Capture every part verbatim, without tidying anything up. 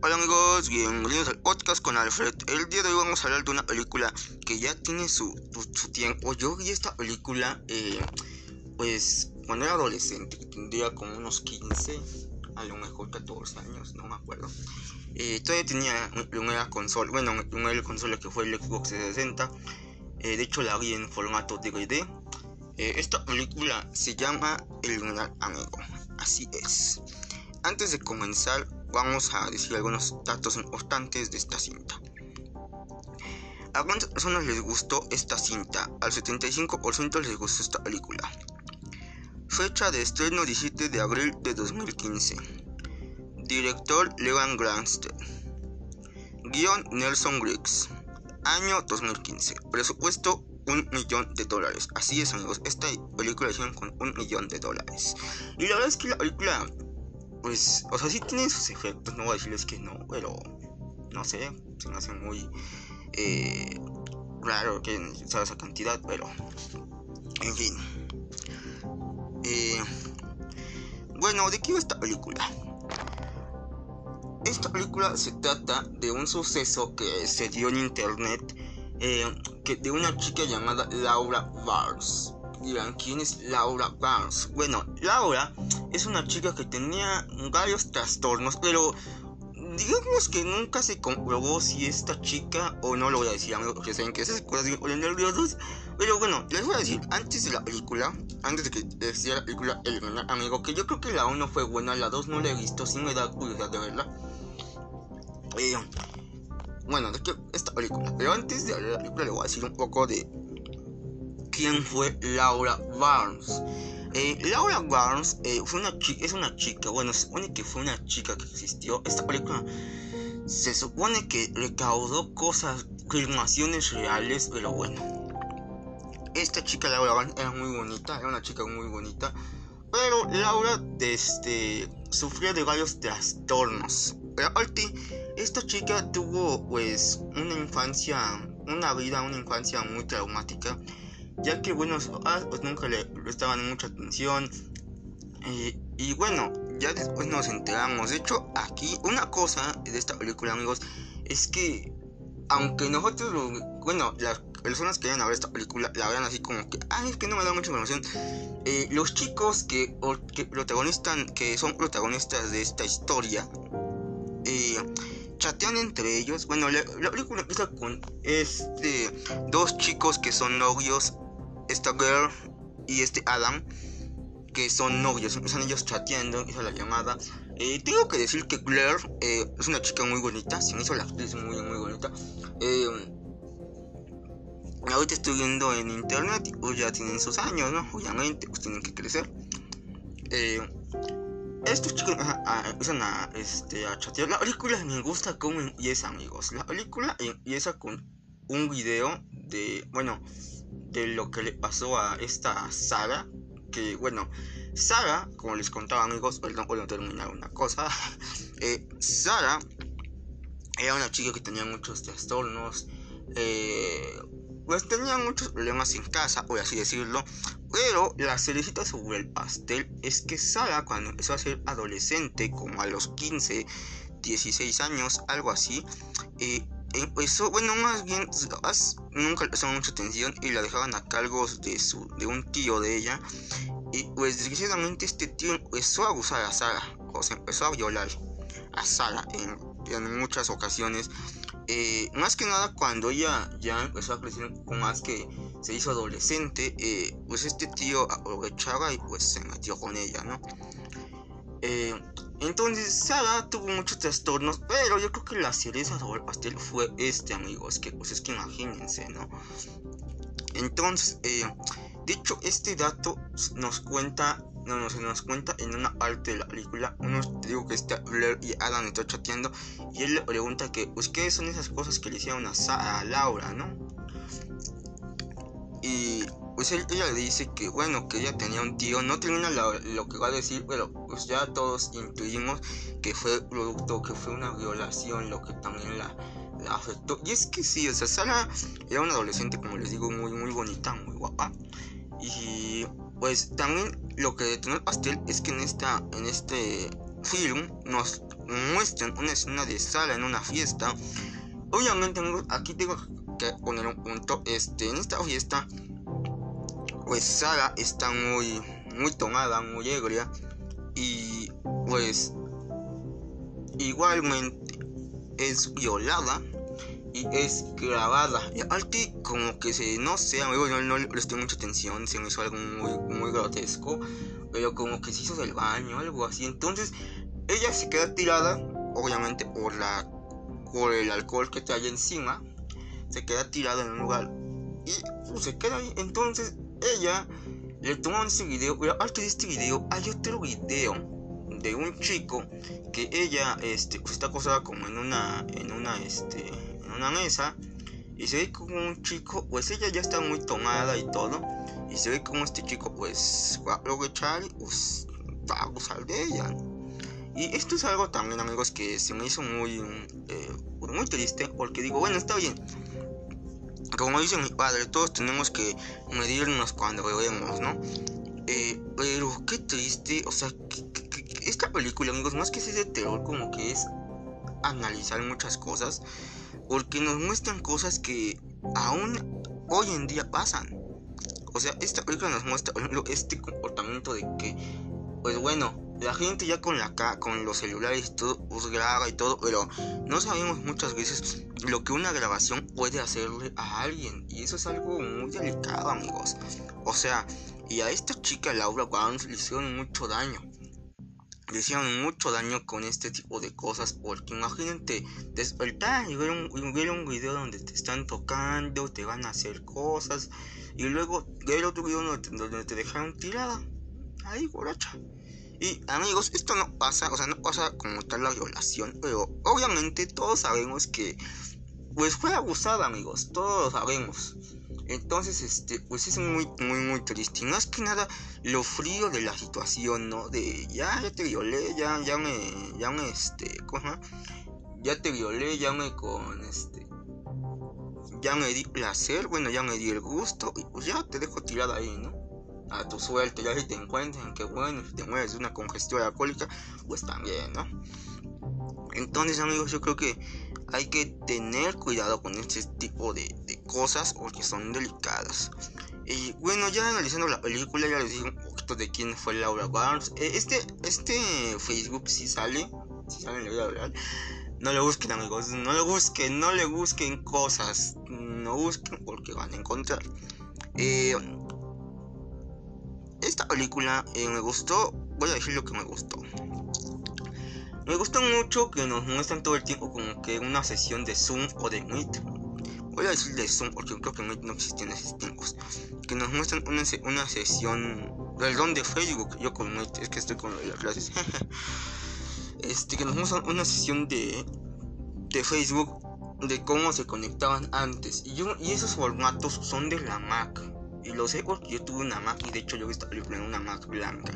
Hola amigos, bienvenidos al podcast con Alfred. El día de hoy vamos a hablar de una película que ya tiene su, su, su tiempo. Yo vi esta película eh, pues cuando era adolescente, que tendría como unos quince, a lo mejor catorce años, no me acuerdo. Eh, todavía tenía mi primera consola, bueno, mi primera consola que fue el Xbox trescientos sesenta. Eh, de hecho la vi en formato D V D. Eh, esta película se llama El Gran Amigo, así es. Antes de comenzar, vamos a decir algunos datos importantes de esta cinta. ¿A cuántas personas les gustó esta cinta? Al setenta y cinco por ciento les gustó esta película. Fecha de estreno diecisiete de abril de dos mil quince. Director Levan Granstedt. Guión Nelson Griggs. Año dos mil quince. Presupuesto un millón de dólares. Así es amigos, esta película la hicieron con un millón de dólares. Y la verdad es que la película, pues, o sea, sí tiene sus efectos, no voy a decirles que no, pero no sé, se me hace muy eh, raro que necesitara esa cantidad, pero en fin. Eh, bueno, ¿de qué va esta película? Esta película se trata de un suceso que se dio en internet, eh, que de una chica llamada Laura Barnes. Dirán, ¿quién es Laura Barnes? Bueno, Laura es una chica que tenía varios trastornos, pero digamos que nunca se comprobó si esta chica, o no lo voy a decir amigos, porque saben que esas cosas me ponen nerviosos. Pero bueno, les voy a decir, antes de la película, antes de que decía la película El Gran Amigo, que yo creo que la uno fue buena, la dos no la he visto, sí me da curiosidad de verla. Eh, bueno, de que esta película, pero antes de hablar de la película le voy a decir un poco de quién fue Laura Barnes. Eh, Laura Barnes eh, fue una chica, es una chica, bueno, se supone que fue una chica que existió. Esta película se supone que recaudó cosas, filmaciones reales, pero bueno. Esta chica Laura Barnes era muy bonita, era una chica muy bonita, pero Laura este, sufría de varios trastornos. Pero aparte, esta chica tuvo pues una infancia, una vida, una infancia muy traumática, ya que bueno, pues nunca le prestaban mucha atención, eh, y bueno, ya después nos enteramos. De hecho, aquí una cosa de esta película amigos, es que aunque nosotros, bueno, las personas que vayan a ver esta película la vean así como que, ay, es que no me da mucha información, eh, los chicos que, o, que protagonistas, que son protagonistas de esta historia, eh, chatean entre ellos. Bueno, la, la película empieza con este dos chicos que son novios, esta girl y este Adam, que son novios. Empiezan ellos chateando, empieza la llamada. Eh, tengo que decir que Claire eh, es una chica muy bonita, se me hizo la actriz muy muy bonita. Eh, ahorita estoy viendo en internet, pues ya tienen sus años, ¿no? Obviamente, pues tienen que crecer. Eh, Estos chicos empiezan a, a, este, a chatear. La película me gusta cómo empieza amigos. La película empieza con un video de, bueno, de lo que le pasó a esta Sara. Que bueno, Sara, como les contaba amigos, perdón por no terminar una cosa. eh, Sara era una chica que tenía muchos trastornos, eh, pues tenía muchos problemas en casa, por así decirlo. Pero la cerecita sobre el pastel es que Sara, cuando empezó a ser adolescente, como a los quince, dieciséis años, algo así, eh, empezó, bueno, más bien sus papás nunca le prestaban mucha atención y la dejaban a cargo de su de un tío de ella. Y pues desgraciadamente este tío empezó a abusar a Sara, o sea, empezó a violar a Sara en, en muchas ocasiones. Eh, más que nada cuando ella ya empezó a crecer un poco más, que se hizo adolescente, eh, pues este tío aprovechaba y pues se metió con ella, ¿no? Eh, entonces Sara tuvo muchos trastornos, pero yo creo que la cereza sobre el pastel fue este amigos, que pues es que imagínense, ¿no? Entonces, eh, de hecho este dato nos cuenta, no, no, se nos cuenta en una parte de la película. Uno, te digo que está Blair y Adam están chateando y él le pregunta que, pues, ¿qué son esas cosas que le hicieron a, Sa- a Laura, ¿no? Y pues él, ella le dice que, bueno, que ella tenía un tío. No termina la, lo que va a decir, pero pues ya todos intuimos que fue producto, que fue una violación lo que también la, la afectó. Y es que sí, o sea, Sara era una adolescente, como les digo, muy muy bonita, muy guapa. Y pues también lo que detonó el pastel es que en esta en este film nos muestran una escena de Sara en una fiesta. Obviamente, amigos, aquí tengo que poner un punto. Este, en esta fiesta, pues Sara está muy, muy tomada, muy ebria. Y pues igualmente es violada y es grabada. Y aparte, como que se, no sé, amigos, no, no le presté mucha atención, se me hizo algo muy, muy grotesco, pero como que se hizo del baño, algo así. Entonces, ella se queda tirada, obviamente por la por el alcohol que trae encima, se queda tirada en un lugar y pues, se queda ahí. Entonces, ella le tomaron este video, pero aparte de este video, hay otro video de un chico que ella este pues, está acostada como en una en una este en una mesa y se ve como un chico, pues ella ya está muy tomada y todo, y se ve como este chico pues va a aprovechar y pues va a abusar de ella. Y esto es algo también, amigos, que se me hizo muy eh, muy triste, porque digo, bueno, está bien, como dice mi padre, todos tenemos que medirnos cuando bebemos, ¿no? Eh, pero qué triste, o sea, que, que, que esta película, amigos, más que ser de terror, como que es analizar muchas cosas, porque nos muestran cosas que aún hoy en día pasan. O sea, esta película nos muestra, por ejemplo, este comportamiento de que, pues bueno, la gente ya con la con los celulares y todo, pues graba y todo, pero no sabemos muchas veces lo que una grabación puede hacerle a alguien, y eso es algo muy delicado, amigos. O sea, y a esta chica Laura Barnes le hicieron mucho daño. Le hicieron mucho daño con este tipo de cosas, porque imagínate despertar y ver un, y ver un video donde te están tocando, te van a hacer cosas, y luego ver otro video donde te, donde te dejaron tirada ahí, borracha. Y amigos, esto no pasa, o sea, no pasa como tal la violación, pero obviamente todos sabemos que pues fue abusada, amigos, todos lo sabemos. Entonces, este, pues es muy, muy, muy triste. Y más que nada, lo frío de la situación, ¿no? De ya, ya te violé, ya, ya me, ya me, este, ¿cómo? Ya te violé, ya me con, este, ya me di placer, bueno, ya me di el gusto, y pues ya te dejo tirada ahí, ¿no? A tu suerte, ya si te encuentran, que bueno, si te mueres de una congestión alcohólica, pues también, ¿no? Entonces, amigos, yo creo que hay que tener cuidado con este tipo de, de cosas, porque son delicadas. Y bueno, ya analizando la película, ya les dije un poquito de quién fue Laura Barnes. Eh, este, este Facebook sí sale, sí sale en la vida real. No le busquen, amigos, no le busquen, no le busquen cosas, no busquen porque van a encontrar. Eh, esta película eh, me gustó, voy a decir lo que me gustó. Me gustó mucho que nos muestran todo el tiempo como que una sesión de Zoom o de Meet. Voy a decir de Zoom porque creo que Meet no existía en esos tiempos. Que nos muestran una, una sesión, perdón, de Facebook. Yo con Meet, es que estoy con las clases. Este, que nos muestran una sesión de, de Facebook de cómo se conectaban antes. Y, yo, y esos formatos son de la Mac. Y lo sé porque yo tuve una Mac y de hecho yo vi esta película en una Mac blanca.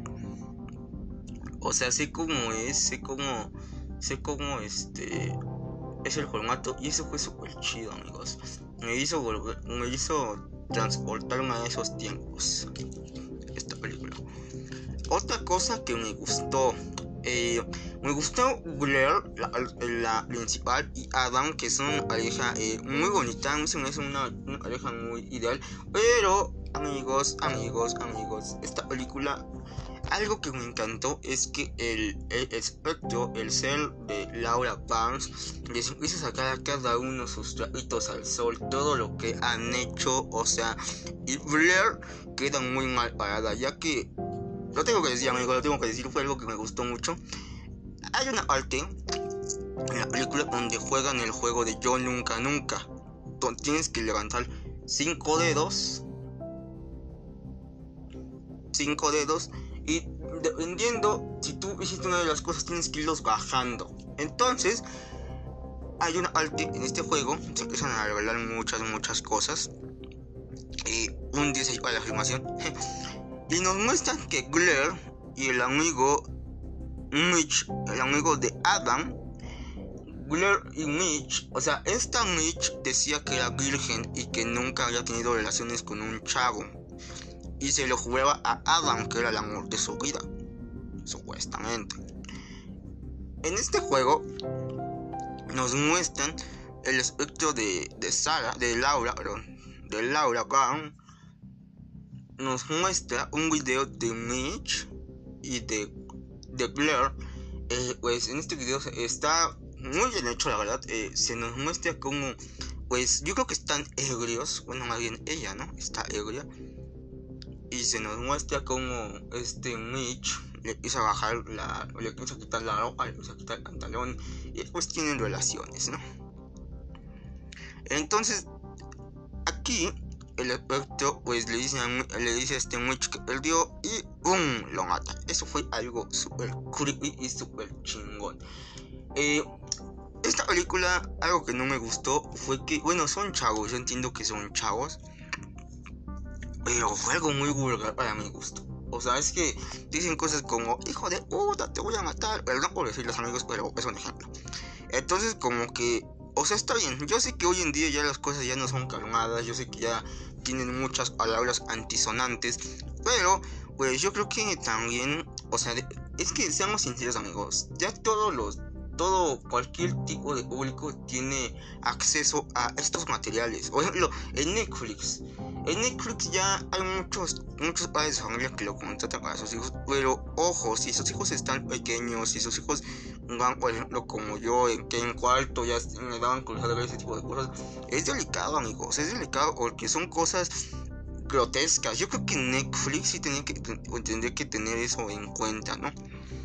O sea, sé cómo es, sé cómo, sé cómo este es el formato, y eso fue súper chido, amigos. Me hizo volver, me hizo transportarme a esos tiempos, esta película. Otra cosa que me gustó, eh, me gustó Blair, la, la principal, y Adam, que son una pareja eh, muy bonita, me hizo una, una pareja muy ideal. Pero, amigos, amigos, amigos, esta película, algo que me encantó es que el, el espectro, el ser de Laura Barnes, les empieza a sacar a cada uno sus trapitos al sol, todo lo que han hecho, o sea, y Blair queda muy mal parada, ya que, lo tengo que decir, amigo, lo tengo que decir, fue algo que me gustó mucho. Hay una parte en la película donde juegan el juego de Yo Nunca Nunca, donde tienes que levantar cinco dedos, cinco dedos, y dependiendo si tú hiciste una de las cosas tienes que irlos bajando. Entonces hay una parte en este juego, se empiezan a revelar muchas muchas cosas, y un día se lleva la filmación y nos muestran que Blair y el amigo Mitch, el amigo de Adam, Blair y Mitch, o sea, esta Mitch decía que era virgen y que nunca había tenido relaciones con un chavo, y se lo jugaba a Adam, que era el amor de su vida, supuestamente. en este juego nos muestran el aspecto de, de Sara, de Laura, perdón, de Laura Garn. Nos muestra un video de Mitch y de, de Blair. Eh, pues en este video está muy bien hecho, la verdad. Eh, se nos muestra como, pues yo creo que están ebrios. Bueno, más bien ella, ¿no? Está ebria. Y se nos muestra como este Mitch le empieza a bajar la, le empieza a quitar la ropa, le empieza a quitar el pantalón. Y pues tienen relaciones, ¿no? Entonces, aquí el experto pues le dice a, le dice a este Mitch que perdió y ¡pum! Lo mata. Eso fue algo súper creepy y súper chingón. Eh, esta película, algo que no me gustó fue que, bueno, son chavos, yo entiendo que son chavos, pero fue algo muy vulgar para mi gusto. O sea, es que dicen cosas como, hijo de puta, te voy a matar. Perdón por decir los amigos, pero es un ejemplo. Entonces, como que, o sea, está bien. Yo sé que hoy en día ya las cosas ya no son calmadas. Yo sé que ya tienen muchas palabras antisonantes. Pero, pues yo creo que también, o sea, de, es que seamos sinceros, amigos. Ya todos los, todo, cualquier tipo de público tiene acceso a estos materiales. Por ejemplo, en Netflix. En Netflix ya hay muchos, muchos padres de familia que lo contratan para sus hijos. Pero, ojo, si sus hijos están pequeños, si sus hijos van, por ejemplo, como yo, en que en cuarto ya me daban curiosidad de ver ese tipo de cosas, es delicado, amigos, es delicado porque son cosas grotescas. Yo creo que Netflix sí tenía que, tendría que tener eso en cuenta, ¿no?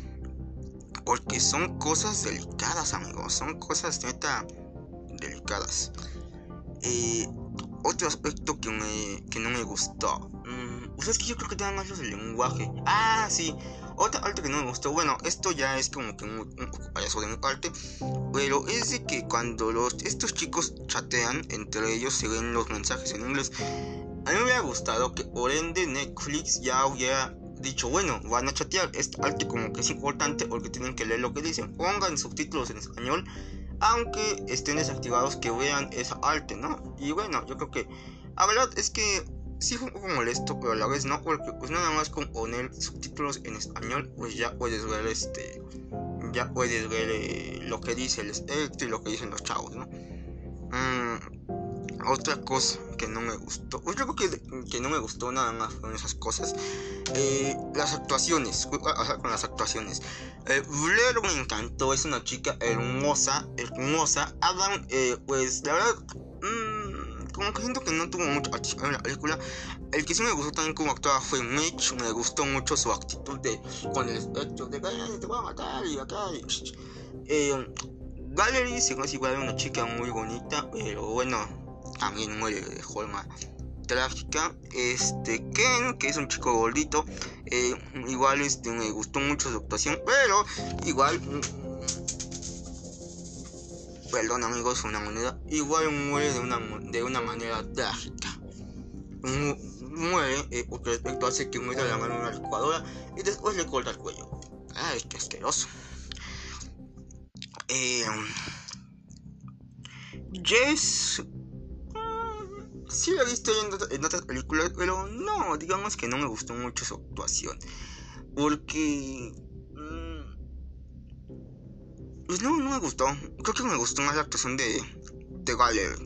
Porque son cosas delicadas, amigos, son cosas neta delicadas. Eh, otro aspecto que, me, que no me gustó, mm, pues es que yo creo que nada más los del lenguaje. Ah, sí. Otra parte que no me gustó, bueno, esto ya es como que un, un poco payaso de mi parte, pero es de que cuando los, estos chicos chatean entre ellos, se ven los mensajes en inglés. A mí me hubiera gustado que por ende Netflix ya hubiera dicho, bueno, van a chatear, esta parte como que es importante porque tienen que leer lo que dicen, pongan subtítulos en español, aunque estén desactivados, que vean esa arte, ¿no? Y bueno, yo creo que la verdad es que sí fue un poco molesto, pero a la vez no, porque pues nada más con poner subtítulos en español, pues ya puedes ver este, ya puedes ver eh, lo que dice el espectro y lo que dicen los chavos, ¿no? Mm, otra cosa que no me gustó, pues yo creo que, que no me gustó nada más con esas cosas, eh, las actuaciones, o sea, con las actuaciones. Eh, Blair me encantó, es una chica hermosa, hermosa. Adam, eh, pues la verdad, mmm, como que siento que no tuvo mucha participación en la película. El que sí me gustó también como actuaba fue Mitch. Me gustó mucho su actitud de, con el espectro de que te voy a matar y acá. Y, eh, Valerie se es igual una chica muy bonita, pero bueno, también muere de forma trágica. Este Ken, que es un chico gordito, eh, igual este, me gustó mucho su actuación, pero igual, perdón amigos, una moneda, igual muere de una, de una manera trágica. Mu muere eh, porque el espectro hace que muera la mano en una licuadora y después le corta el cuello. Ay, qué asqueroso. eh, Jess, sí la he visto en, en otras películas, pero no, digamos que no me gustó mucho su actuación. Porque mmm, pues no, no me gustó. Creo que me gustó más la actuación de, de Valerie.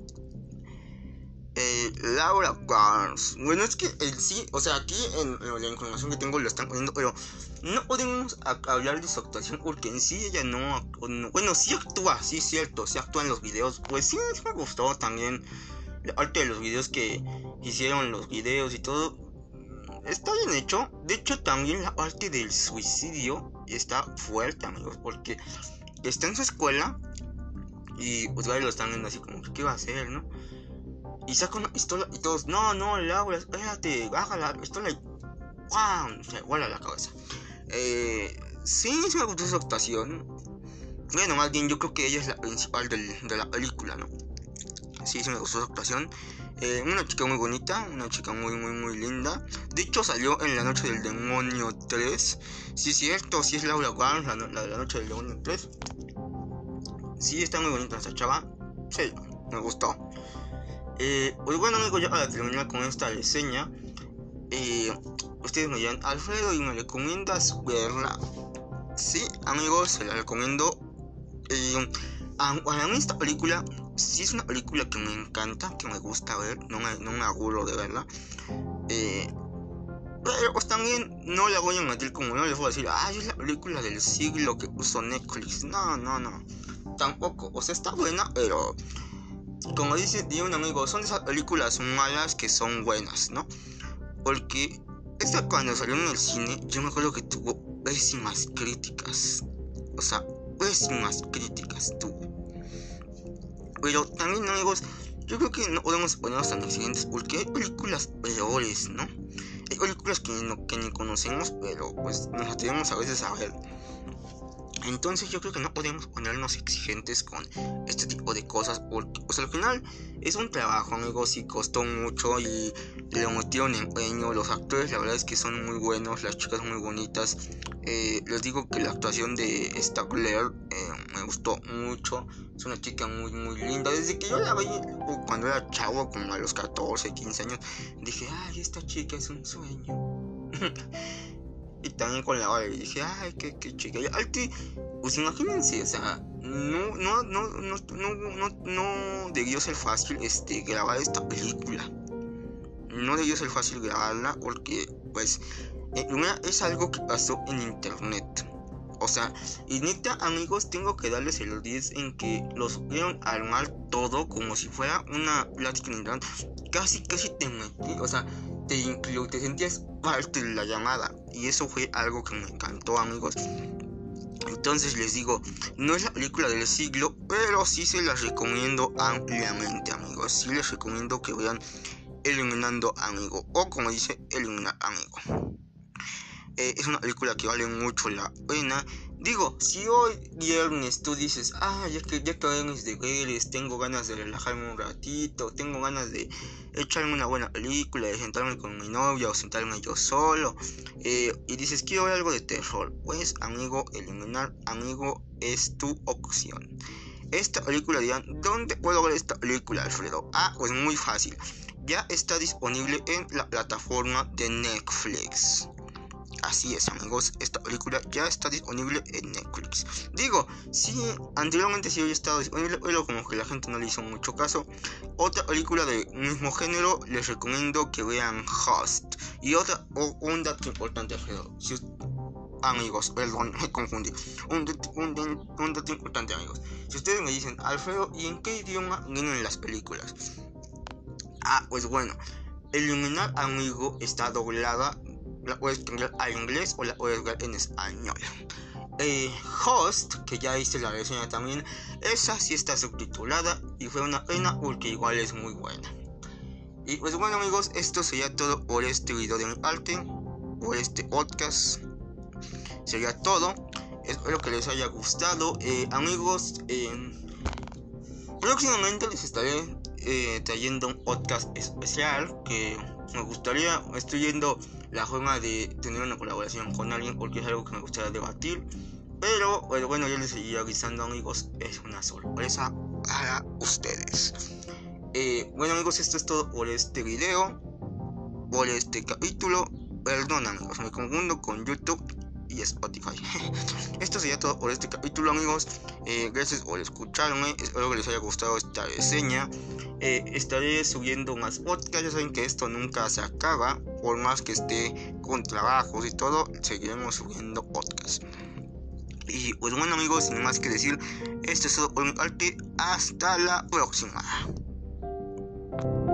Eh, Laura Garns. Bueno, es que el sí, o sea, aquí en, en la información que tengo lo están poniendo, pero no podemos a, hablar de su actuación porque en sí ella no, no. Bueno, sí actúa, sí es cierto, sí actúa en los videos. Pues sí, sí me gustó también. Aparte de los videos que hicieron, los videos y todo, está bien hecho. De hecho, también la parte del suicidio está fuerte, amigos, porque está en su escuela y pues varios lo están viendo así como, ¿qué va a hacer, no? Y saca una pistola y todos, no, no, Laura, espérate, baja la pistola y ¡pam! Se vuela la cabeza. Eh, sí, sí me gustó su actuación. Bueno, más bien yo creo que ella es la principal del, de la película, ¿no? Sí, sí me gustó su actuación. Eh, una chica muy bonita, una chica muy, muy, muy linda. De hecho, salió en La Noche del Demonio tres. Sí, es cierto, sí es Laura Garns, la, la de La Noche del Demonio tres. Sí, está muy bonita esta chava. Sí, me gustó. Eh, pues bueno, amigos, ya para terminar con esta reseña, eh, ustedes me llaman Alfredo y me recomiendas verla. sí, amigos, se la recomiendo. Eh, a mí esta película sí es una película que me encanta, que me gusta ver, no me, no me aburro de verla. Eh, pero pues también no la voy a meter como no les voy a decir, ay, es la película del siglo que puso Netflix. No, no, no, tampoco. O sea, está buena, pero como dice, dice un amigo, son esas películas malas que son buenas, ¿no? Porque esta cuando salió en el cine, yo me acuerdo que tuvo pésimas críticas. O sea, pésimas críticas tuvo. Pero también, amigos, yo creo que no podemos ponernos tan exigentes porque hay películas peores, ¿no? Hay películas que, no, que ni conocemos, pero pues nos atrevemos a veces a ver. Entonces yo creo que no podemos ponernos exigentes con este tipo de cosas porque pues al final es un trabajo, amigos, y costó mucho y le metieron empeño. Los actores la verdad es que son muy buenos, las chicas muy bonitas. Eh, les digo que la actuación de esta Claire eh, me gustó mucho. Es una chica muy muy linda. Desde que yo la vi cuando era chavo, como a los catorce, quince años, dije, ay, esta chica es un sueño. Y también con la hora y dije, ay, qué, qué chica. Y, pues imagínense, o sea, no, no, no, no, no, no, no debió ser fácil este, grabar esta película. No debió ser fácil grabarla porque, pues, eh, es algo que pasó en internet. O sea, y neta, amigos, tengo que darles el diez en que los supieron armar todo como si fuera una plática en internet. Casi, casi te metí, o sea, te incluyó, te sentías parte de la llamada. Y eso fue algo que me encantó, amigos. Entonces les digo, no es la película del siglo, pero sí se las recomiendo ampliamente, amigos. Sí les recomiendo que vean Eliminando Amigo, o como dice, Eliminar Amigo. Eh, es una película que vale mucho la pena. Digo, si hoy viernes tú dices, ah, ya que ya acabé mis deberes, tengo ganas de relajarme un ratito, tengo ganas de echarme una buena película, de sentarme con mi novia o sentarme yo solo, eh, y dices, quiero ver algo de terror, pues, amigo, Eliminar Amigo es tu opción. Esta película, dirán, ¿dónde puedo ver esta película, Alfredo? Ah, pues muy fácil, ya está disponible en la plataforma de Netflix. Así es, amigos, esta película ya está disponible en Netflix. Digo, sí, anteriormente sí había estado disponible, pero como que la gente no le hizo mucho caso. Otra película del mismo género, les recomiendo que vean Host. Y otra, oh, un dato importante, Alfredo. Si amigos, perdón, me confundí. Un, un, un dato importante, amigos. Si ustedes me dicen, Alfredo, ¿y en qué idioma vienen las películas? Ah, pues bueno, Eliminar Amigo está doblada. La puedes cambiar a inglés o la puedes ver en español. Eh, Host, que ya hice la reseña también, esa sí está subtitulada y fue una pena porque igual es muy buena. Y pues bueno, amigos, esto sería todo por este video de mi parte, por este podcast. Sería todo. Espero que les haya gustado. Eh, amigos, eh, próximamente les estaré eh, trayendo un podcast especial que me gustaría, estoy viendo la forma de tener una colaboración con alguien porque es algo que me gustaría debatir. Pero bueno, bueno, yo les seguiré avisando, amigos, es una sorpresa para ustedes. Eh, bueno, amigos, esto es todo por este video, por este capítulo. Perdón, amigos, me confundo con YouTube y Spotify. Esto sería todo por este capítulo, amigos. Eh, gracias por escucharme. Espero que les haya gustado esta reseña. Eh, estaré subiendo más podcasts. Ya saben que esto nunca se acaba. Por más que esté con trabajos y todo, seguiremos subiendo podcasts. Y pues bueno, amigos, sin más que decir, esto es todo por mi parte. Hasta la próxima.